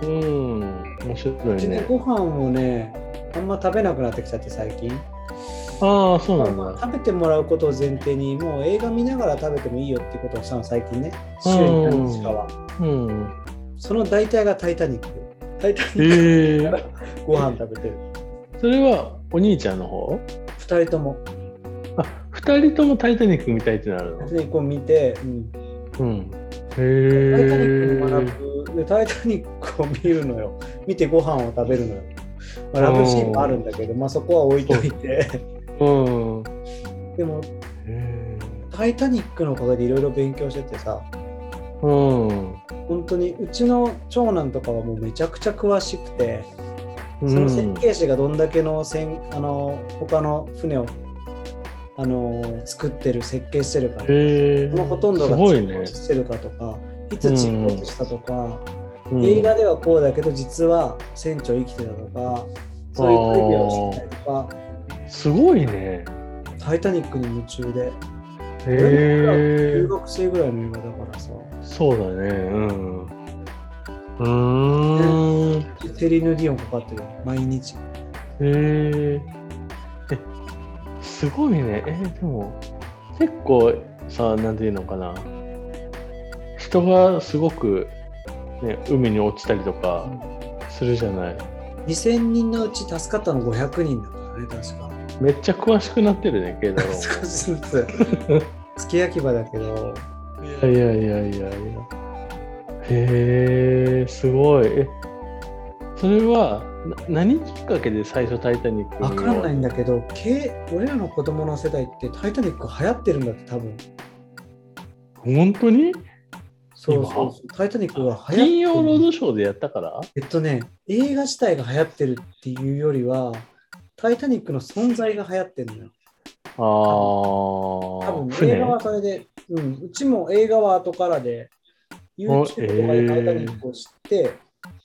うん、面白うちね、 いね。 ご飯をね、あんま食べなくなってきちゃって最近。 ああ、そうもうなんだ。 食べてもらうことを前提に、もう映画見ながら食べてもいいよってことをしたの、最近ね。 う週に何日かん。 は。 うん。 その大体がタイタニック。タイタニックええ、 からご飯食べてる。 それはお兄ちゃんの方？ 二人とも。 あ、二人ともタイタニック見たいってなるの？ タイタニックを見て、 うん。 タイタニックも学へえ。 ぶ。で、タイタニックを見るのよ。見てご飯を食べるのよ。ラブシーンもあるんだけど、そこは置いといて。 うん。 でも、 へタイタニックのおかげでいろいろ勉強しててさ、 うん。 本当にうちの長男とかはもうめちゃくちゃ詳しくて、その設うん。 計士がどんだけの他の船を作ってる設計してるかとか、 へえ。 そのほとんどが沈すごいね。 没してるかとか、いつ沈没したとか、映うん。 画ではこうだけど実は船長生きてたとか、そういうトリビアを知ったりとか、 すごいね。 タイタニックに夢中で、 へ俺も中え。 学生ぐらいの映画だからさ、 そうだね。うん。うーん。 セリーヌ・ディオンかかってる毎日。 へえ。え、すごいね。でも、結構さ、なんていうのかな。人がすごく、ね、海に落ちたりとかするじゃない。 2000人のうち助かったの500人だからね、確か。 めっちゃ詳しくなってるね、慶太郎も。 少しずつ。付け焼き場だけど。 いやいやいやいやいや。へえ、すごい。それは何きっかけで最初タイタニックわかんないんだど。 けど、俺らの子供の世代ってタイタニック流行ってるんだって多分。 本当に？ そうそうそう。タイタニックが流行ってる。 金曜ロードショーでやったから？ 映画自体が流行ってるっていうよりは、タイタニックの存在が流行ってるのよ。多分映画はそれで、うちも映画は後からで、YouTube とかでタイタニックを知って、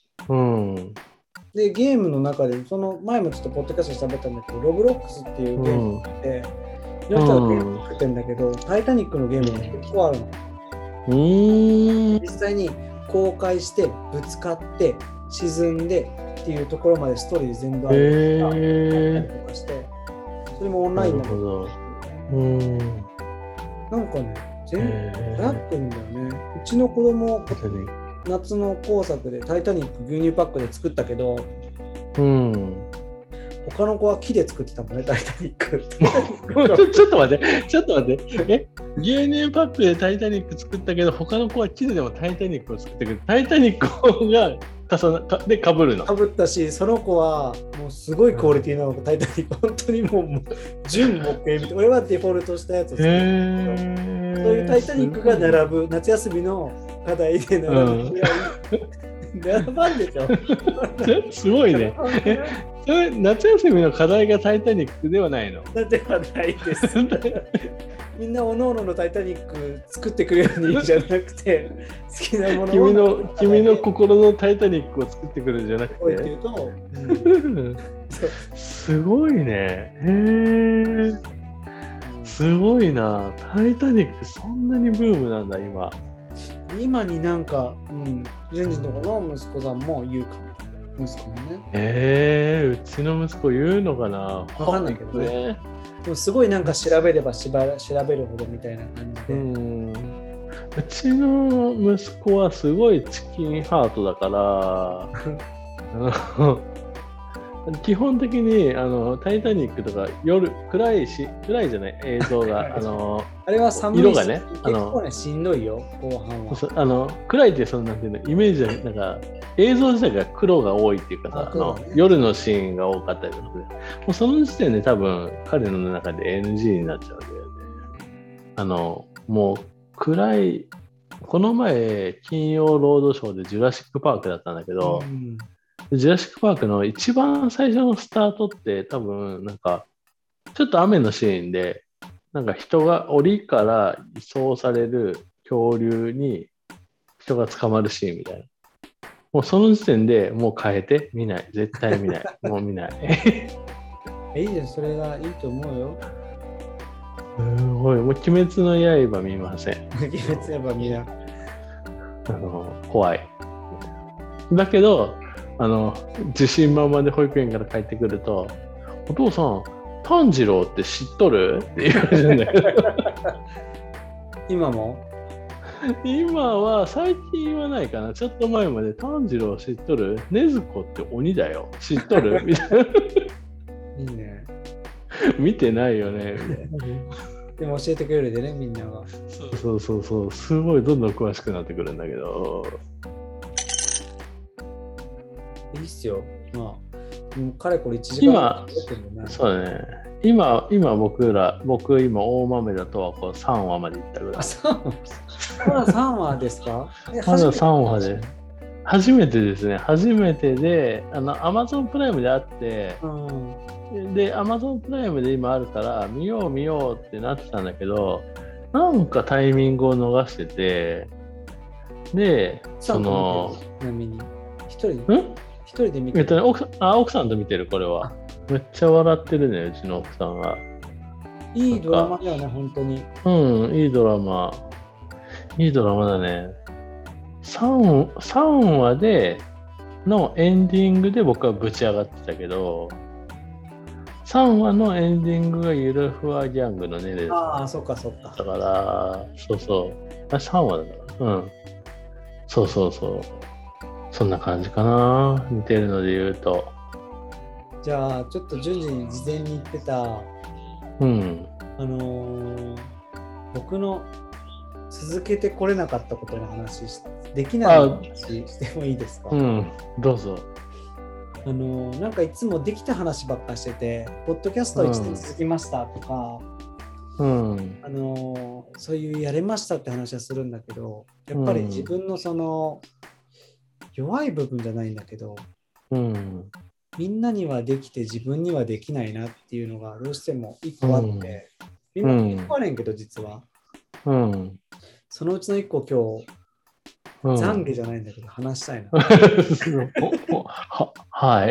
で、ゲームの中で、その前もちょっとポッドキャストで喋ったんだけど、ロブロックスっていうゲームがあって、いろんな人がゲーム作ってるんだけど、タイタニックのゲームが結構あるの。実際に公開してぶつかって沈んでっていうところまでストーリー全部あったりとかして、それもオンラインなんだけど、なんかね全然流行ってるんだよね。うちの子供夏の工作でタイタニック牛乳パックで作ったけど、他の子は木で作ってたもんね、タイタニック。 ちょっと待って、ちょっと待って。牛乳パックでタイタニック作ったけど、他の子は木でもタイタニックを作ってくる。タイタニックがで被るの。 被ったし、その子はもうすごいクオリティなのか、タイタニック、本当にもう純木形みたいな。俺はデフォルトしたやつを作るんだけど、そういうタイタニックが並ぶ、夏休みの課題で並ぶぐらい、並ばんでしょ。 すごいね。それ夏休みの課題がタイタニックではないの？ ではないです。みんなおのおののタイタニック作ってくれるんじゃなくて、好きなものを君の心のタイタニックを作ってくれるんじゃなくて、 っていうと、 すごいね。すごいな。タイタニックそんなにブームなんだ今。 今になんか、ジェンジの子の息子さんも言うかも。息子もね。うちの息子言うのかな。 わかんないけどね。でもすごいなんか調べれば調べるほどみたいな感じで。 うちの息子はすごいチキンハートだから基本的にタイタニックとか夜暗いじゃない映像があれは寒いし色がね結構ねしんどいよ後半は。 暗いってそのなんていうのイメージはなんか映像自体が黒が多いっていうかさ、夜のシーンが多かったりとかで、もうその時点で多分彼の中で NG になっちゃうんだよね。もう暗い、この前金曜ロードショーでジュラシックパークだったんだけど、ジュラシックパークの一番最初のスタートって多分なんかちょっと雨のシーンでなんか人が檻から移送される恐竜に人が捕まるシーンみたいな。もうその時点でもう変えて見ない。絶対見ない。もう見ない。 いいです。それがいいと思うよ。 すごい。もう鬼滅の刃見ません。 鬼滅の刃見な。 怖い。 だけど、自信満々で保育園から帰ってくると、お父さん、炭治郎って知っとるって言われるんだけど、 今も今は最近言わないかな。ちょっと前まで炭治郎知っとる？禰豆子って鬼だよ。知っとるみたいな。 いいね。 見てないよねみたいな。 でも教えてくれるでね、みんなが。 そうそうそう、すごいどんどん詳しくなってくるんだけど。 いいっすよ。まあ、もうかれこれ1時間経ってるんだね。 そうだね。今僕今大豆だとはこう3話までいったぐらい。 まだ3話ですか？ まだ3話で。初めてですね。初めてで、Amazon プライムであって、で、Amazon プライムで今あるから、見ようってなってたんだけど、なんかタイミングを逃してて、で、 ちなみに、一人で見てる。 奥さんと見てる、これは。めっちゃ笑ってるね、うちの奥さんが。 いいドラマだよね、本当に。 うん、いいドラマ。いいドラマだね。3話でのエンディングで僕はぶち上がってたけど、3話のエンディングがゆるふわギャングのねです。 ああ、そっかそっか。 だから、そうそう。3話だから。うん。そうそうそう。そんな感じかな。似てるので言うと。 じゃあ、ちょっと順次に事前に言ってた、 うん。 僕の続けてこれなかったことの話できない話してもいいですか？ うん、どうぞ。 なんかいつもできた話ばっかしてて、ポッドキャスト1年続きましたとか、そういうやれましたって話はするんだけど、やっぱり自分のその弱い部分じゃないんだけど、みんなにはできて自分にはできないなっていうのがどうしても1個あって、みんな1個あれんけど実は、そのうちの1個今日、懺悔じゃないんだけど話したいな。 はい。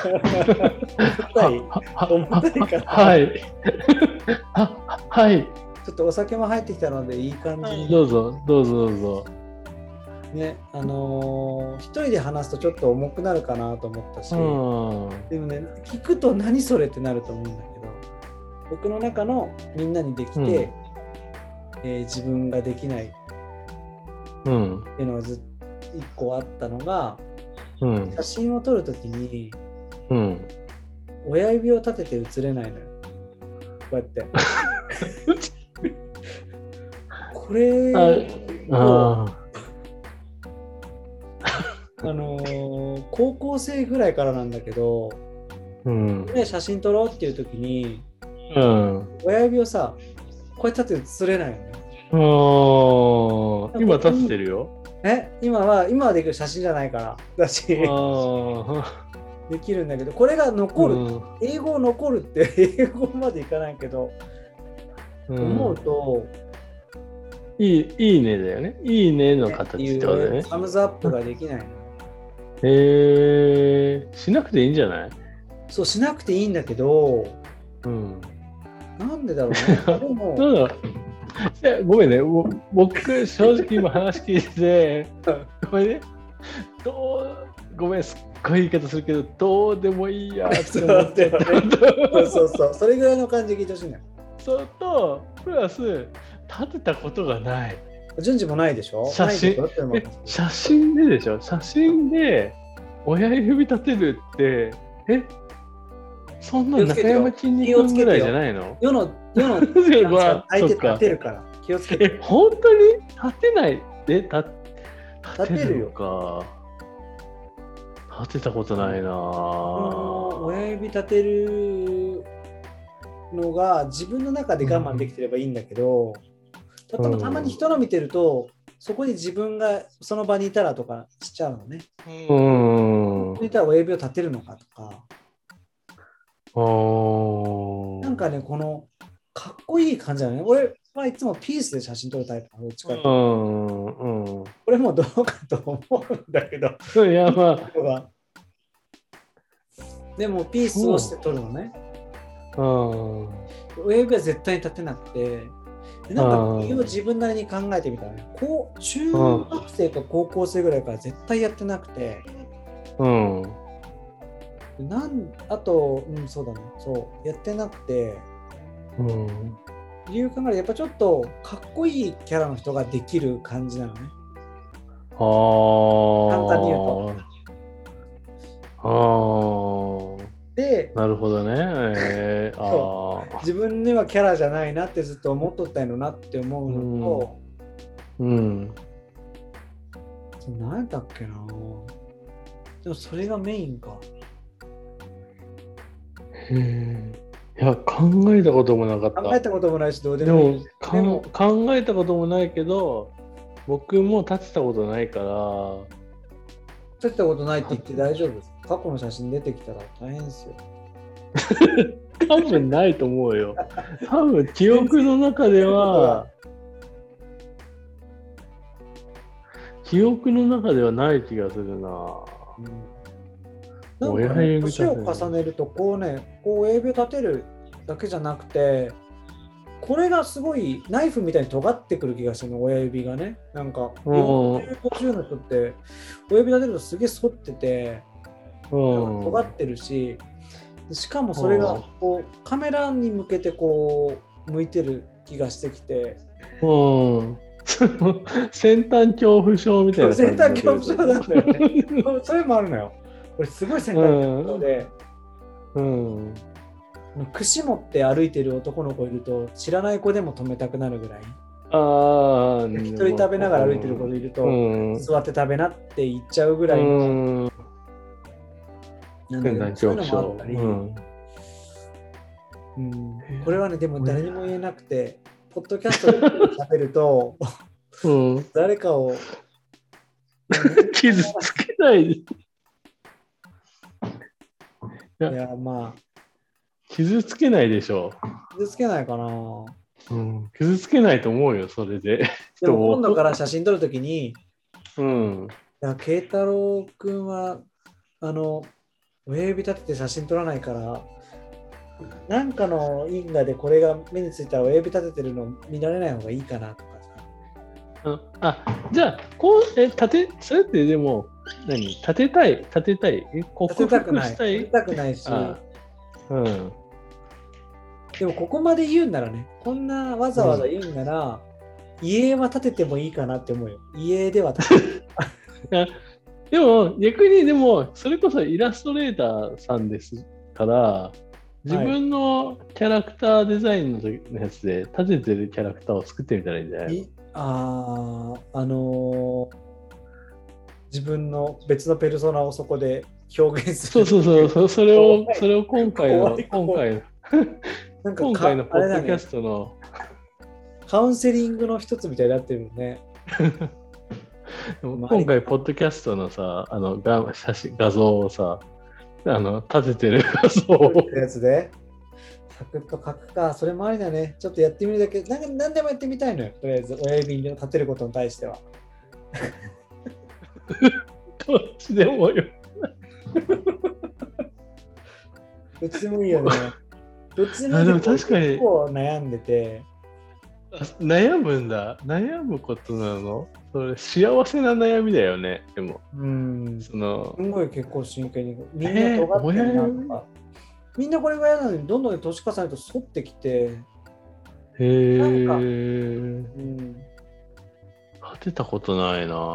重たいから。 はい。はい。 ちょっとお酒も入ってきたのでいい感じに。 どうぞ。 ね、一人で話すとちょっと重くなるかなと思ったし、でもね、聞くと何それってなると思うんだけど、僕の中のみんなにできて、自分ができないっていうのがずっと一個あったのが、写真を撮るときに、親指を立てて写れないのよ。こうやって。これを高校生ぐらいからなんだけど、写真撮ろうっていうときに、親指をさ、こうやって立てて写れないよね。 今立ってるよ。 今はできる写真じゃないからだしできるんだけど、これが残る、英語残るって英語までいかないけど、思うといいねだよね。いいねの形ってことだよね。 サムズアップができないの。 しなくていいんじゃない？ そう、しなくていいんだけど、なんでだろうね。でもごめんね、僕正直今話聞いてごめんね、ごめん、すっごい言い方するけど、どうでもいいやって思って、 そう、それぐらいの感じで聞いてほしいね。 そうと、プラス、立てたことがない。 順次もないでしょ？ 写真ででしょ？写真で親指立てるって、そんな中山筋肉ぐらいじゃないの？ 世の相手立てるから気をつけて。 本当に立てないで立てるよか。立てたことないな。 親指立てるのが自分の中で我慢できてればいいんだけど、たまに人の見てると、そこに自分がその場にいたらとかしちゃうのね。いたら親指を立てるのかとか。なんかね、このかっこいい感じだよね。俺はいつもピースで写真撮るタイプなの。どっちかっていうと。これもどうかと思うんだけど。 いや、まあ。 でもピースをして撮るのね。親指は絶対に立てなくて。なんか理由を自分なりに考えてみたらね、中学生か高校生ぐらいから絶対やってなくて、 うん。 あと、そうだね。そう。やってなくて、 うん。 理由考えるとやっぱちょっとかっこいいキャラの人ができる感じなのね。簡単に言うと。 ああ。 で、 なるほどね。 自分にはキャラじゃないなってずっと思っとったんやろなって思うのと、 うん。 何やったっけな。でもそれがメインか。 いや、考えたこともなかった。 考えたこともないし、どうでもいい。 でも考えたこともないけど、僕も立てたことないから。 立てたことないって言って大丈夫です。過去の写真出てきたら大変ですよ。 多分ないと思うよ。多分記憶の中ではない気がするな。 なんかね、年を重ねるとこうね、こう親指を立てるだけじゃなくて、これがすごいナイフみたいに尖ってくる気がするの、親指がね。なんか40、50の人って親指立てるとすげえ反ってて、尖ってるし、しかもそれがこうカメラに向けてこう向いてる気がしてきて、 先端恐怖症みたいな。 先端恐怖症なんだよね。それもあるのよ。これすごい先端恐怖症で、串持って歩いてる男の子いると知らない子でも止めたくなるぐらい。一人食べながら歩いてる子いると、座って食べなって言っちゃうぐらいの。 先端恐怖症。 これはね、でも誰にも言えなくて、ポッドキャストで喋ると、誰かを傷つけないで。いや、 まあ。 傷つけないでしょ。 傷つけないかな。 傷つけないと思うよ、それで。 でも今度から写真撮るときに、いや、 慶太郎くんは、親指立てて写真撮らないから、なんかの因果でこれが目についたら親指立ててるの見られない方がいいかなとかさ。じゃあ、それってでも、立てたい立てたくないし、でもここまで言うんならね、こんなわざわざ言うんなら、家は建ててもいいかなって思うよ。家では建てる。 でも逆にそれこそイラストレーターさんですから、自分のキャラクターデザインのやつで立ててるキャラクターを作ってみたらいいんじゃないの？自分の別のペルソナをそこで表現する。 そう、それを今回のポッドキャストのカウンセリングの一つみたいになってるよね。 今回ポッドキャストのさ、画像をさ、立ててる画像をやつでサクッと書くか、それもありだね。ちょっとやってみるだけ、何でもやってみたいのよ。とりあえず親指に立てることに対しては。 どっちでもよ。 どっちでもいいよね。どっちでもいい。 でも確かに結構悩んでて。 悩むことなの？それ幸せな悩みだよね。でもすごい結構真剣にみんな尖ってるなとか、みんなこれぐらいなのにどんどん年重ねると反ってきて、 立てたことないな。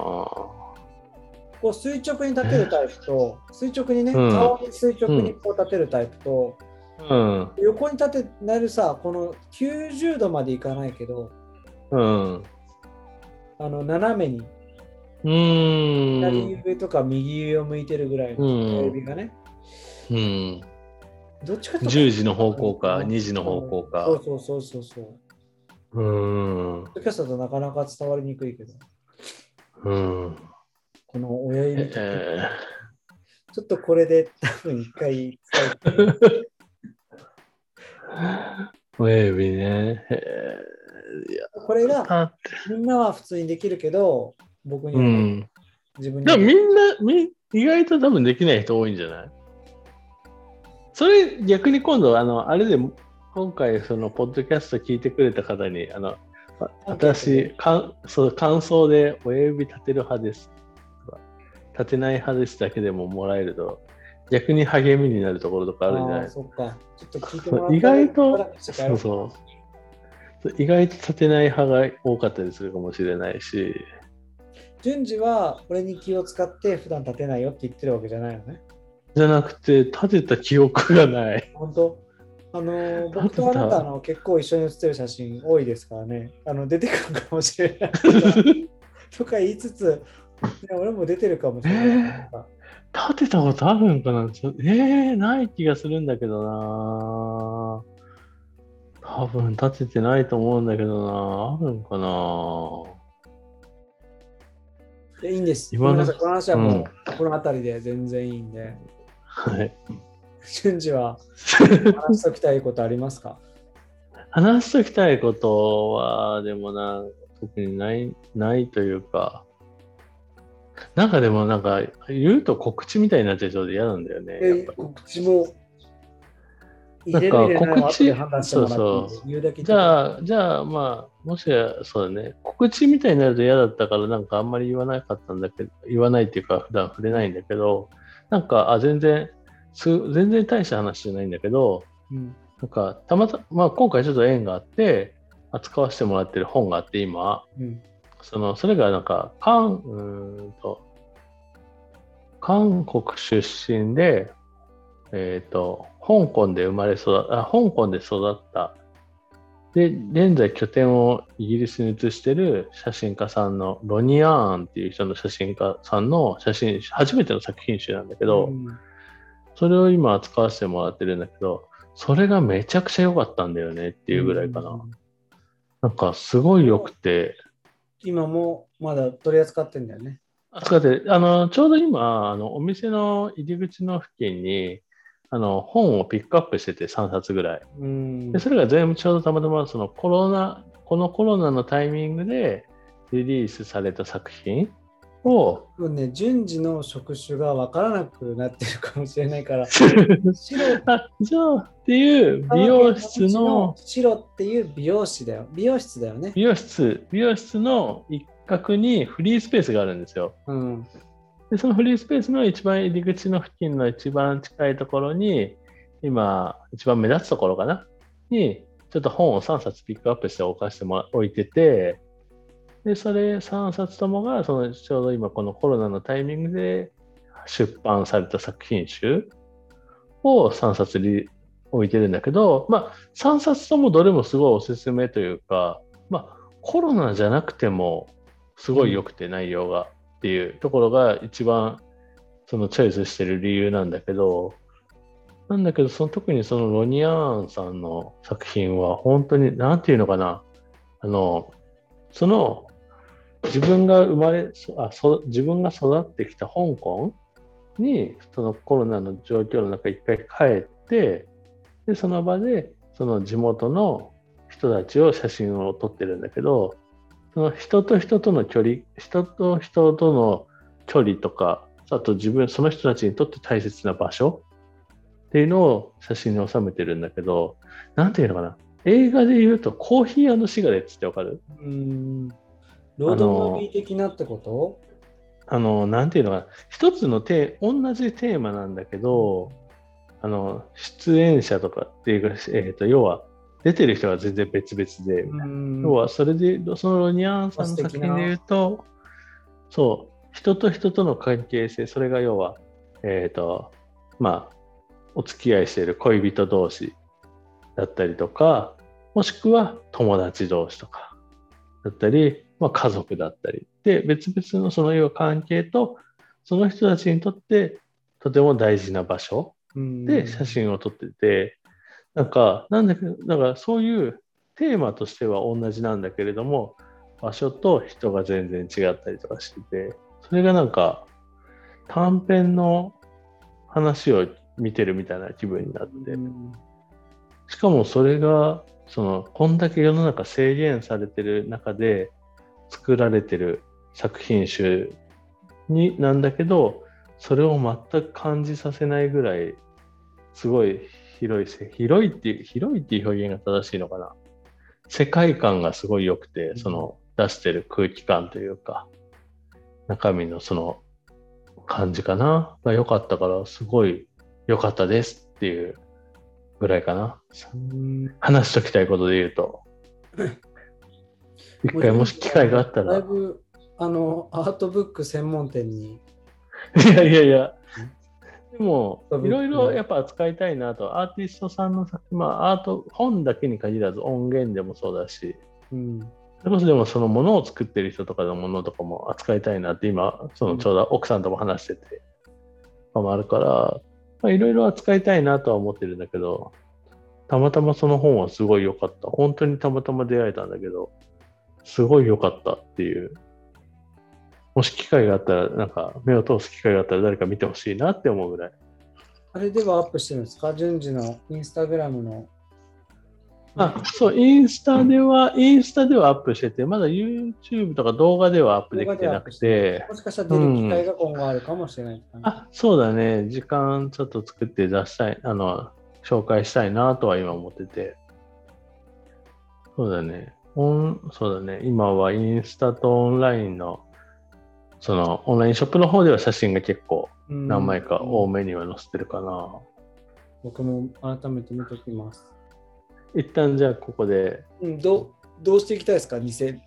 こう垂直に立てるタイプと、垂直にね、顔に垂直にこう立てるタイプと、横に立てなるさ、この90度までいかないけど、斜めに左上とか右上を向いてるぐらいの親指がね、どっちかというと 10時の方向か2時の方向か。 そう。ポッドキャストだとなかなか伝わりにくいけど、この親指、ちょっとこれで多分一回使う。 親指ね。 これがみんなは普通にできるけど、僕には、自分には。 でも意外と多分できない人多いんじゃない？それ逆に今度あれで今回そのポッドキャスト聞いてくれた方に私感想で親指立てる派です。 立てない派ですだけでももらえると、逆に励みになるところとかあるんじゃない？ そっか。ちょっと聞いてもらった意外と、 そうそう。意外と立てない派が多かったりするかもしれないし。 順次は俺に気を使って普段立てないよって言ってるわけじゃないのね。 じゃなくて、立てた記憶がない。 本当僕とあなた結構一緒に写ってる写真多いですからね。出てくるかもしれないとか言いつつ、俺も出てるかもしれない。 立てたことあるんかな？ない気がするんだけどな。多分立ててないと思うんだけどな。あるんかな。 いいんです。ごめんなさい。この話はもう、この辺りで全然いいんで。 はい。 順次は話しときたいことありますか？ 話しときたいことは、でも特にないというか、でも言うと告知みたいになっちゃいそうで嫌なんだよね。 告知も入れる入れないは後で判断してもらって言うだけ。 じゃあまあ、もしそうだね、告知みたいになると嫌だったからあんまり言わなかったんだけど、言わないっていうか普段触れないんだけど、全然大した話じゃないんだけど、たまたま今回ちょっと縁があって扱わせてもらってる本があって今、それが韓国出身で香港で育ったで現在拠点をイギリスに移してる写真家さんのロニアーンっていう人の写真家さんの初めての作品集なんだけど、それを今扱わせてもらってるんだけど、それがめちゃくちゃ良かったんだよねっていうぐらいかな。すごい良くて。 今もまだ取り扱ってんだよね。 扱って、ちょうど今、お店の入り口の付近に、本をピックアップしてて3冊ぐらい。でそれが全部ちょうどたまたまこのコロナのタイミングでリリースされた作品を順次の職種が分からなくなってるかもしれないからじゃあっていう美容室の白っていう美容室だよね。 美容室の一角にフリースペースがあるんですよ。でそのフリースペースの一番入り口の付近の一番近いところに今一番目立つところかなにちょっと本を3冊ピックアップして置いてて、でそれ3冊ともがちょうど今このコロナのタイミングで出版された作品集を3冊置いてるんだけど、3冊ともどれもすごいおすすめというか、コロナじゃなくてもすごい良くて内容がっていうところが一番チョイスしてる理由なんだけど、特にそのロニアーンさんの作品は本当になんていうのかな、自分が自分が育ってきた香港にそのコロナの状況の中一回帰って、でその場でその地元の人たちを写真を撮ってるんだけど、その人と人との距離とか、あとその人たちにとって大切な場所っていうのを写真に収めてるんだけど、なんていうのかな、映画で言うとコーヒー&シガレッツってわかる？ ロードムービー的なってこと？ なんていうのかな、一つの同じテーマなんだけど、出演者とかっていうか、要は出てる人が全然別々で、要はそれでそのロニアーンさんの作品で言うと、人と人との関係性、それが要はお付き合いしている恋人同士だったりとか、もしくは友達同士とかだったり、家族だったりで、別々のその要は関係とその人たちにとってとても大事な場所で写真を撮ってて、なんだけどそういうテーマとしては同じなんだけれども、場所と人が全然違ったりとかしてて、それが短編の話を見てるみたいな気分になって、しかもそれがこんだけ世の中制限されてる中で作られてる作品集なんだけど、それを全く感じさせないぐらいすごい広いっていう表現が正しいのかな。世界観がすごい良くて、出してる空気感というか、中身の感じかな。が良かったから、すごい良かったですっていうぐらいかな。話しときたいことで言うと。一回もし機会があったら。 だいぶ、アートブック専門店に。 いやいやいや。でも、いろいろやっぱ扱いたいなと。アーティストさんの作品、アート、本だけに限らず音源でもそうだし、それこそでもそのものを作ってる人とかのものとかも扱いたいなって今、ちょうど奥さんとも話してて、もあるから、いろいろ扱いたいなとは思ってるんだけど、たまたまその本はすごい良かった。本当にたまたま出会えたんだけど、すごい良かったっていう。もし機会があったら、なんか目を通す機会があったら誰か見てほしいなって思うぐらい。 あれではアップしてるんですか？順次のインスタグラムの。 そう、インスタではアップしてて、まだ YouTube とか動画ではアップできてなくて。 もしかしたら出る機会が今後あるかもしれないですかね。 そうだね。時間ちょっと作って出したい、紹介したいなとは今思ってて。そうだね。そうだね。今はインスタとオンラインの、そのオンラインショップの方では写真が結構何枚か多めには載せてるかな。 僕も改めて見ておきます。 一旦じゃあここで。 どうしていきたいですか ?2021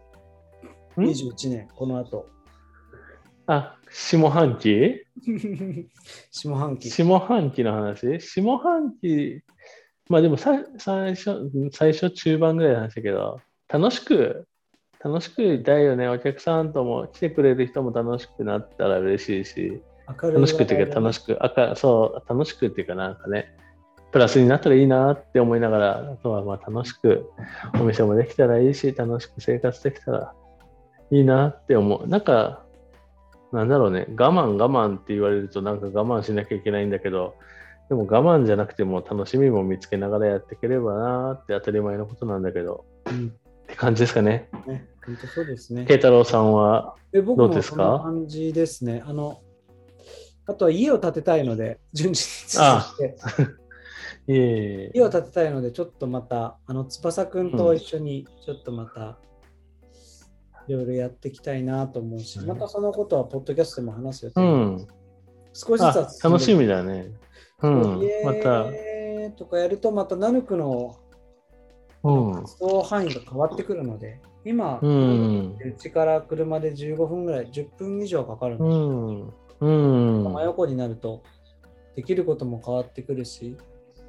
年、この後。 下半期下半期の話下半期、でも最初中盤ぐらいの話だけど、楽しくいたいよね。お客さんとも来てくれる人も楽しくなったら嬉しいし、楽しくっていうか楽しくっていうかなんかね、プラスになったらいいなって思いながら、あとは楽しくお店もできたらいいし、楽しく生活できたらいいなって思う。なんかなんだろうね、我慢って言われるとなんか我慢しなきゃいけないんだけど、でも我慢じゃなくても楽しみも見つけながらやっていければなって当たり前のことなんだけど、って感じですかね。 本当そうですね。 慶太郎さんはどうですか？ 僕もこんな感じですね。あとは家を建てたいので、順次に続いて。家を建てたいので、ちょっとまた、翼くんと一緒に、ちょっとまた、いろいろやっていきたいなと思うし、またそのことは、ポッドキャストでも話すよ。少しずつ楽しみだね。 また。とかやると、またナヌクの活動範囲が変わってくるので、今、うちから車で15分ぐらい、10分以上かかるので、真横になると、できることも変わってくるし、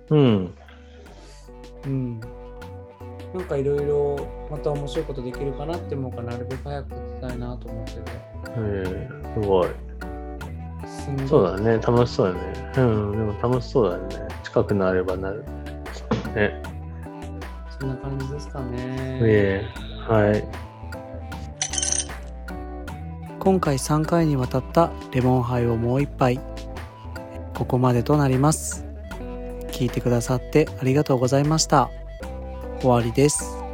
なんかいろいろまた面白いことできるかなって思うからなるべく早く立ちたいなと思ってて。 すごい。そうだね、楽しそうだね。でも楽しそうだね。近くなればなる。ね。 そんな感じですかね。 はい。 今回3回にわたったレモンハイをもう一杯。ここまでとなります。聞いてくださってありがとうございました。終わりです。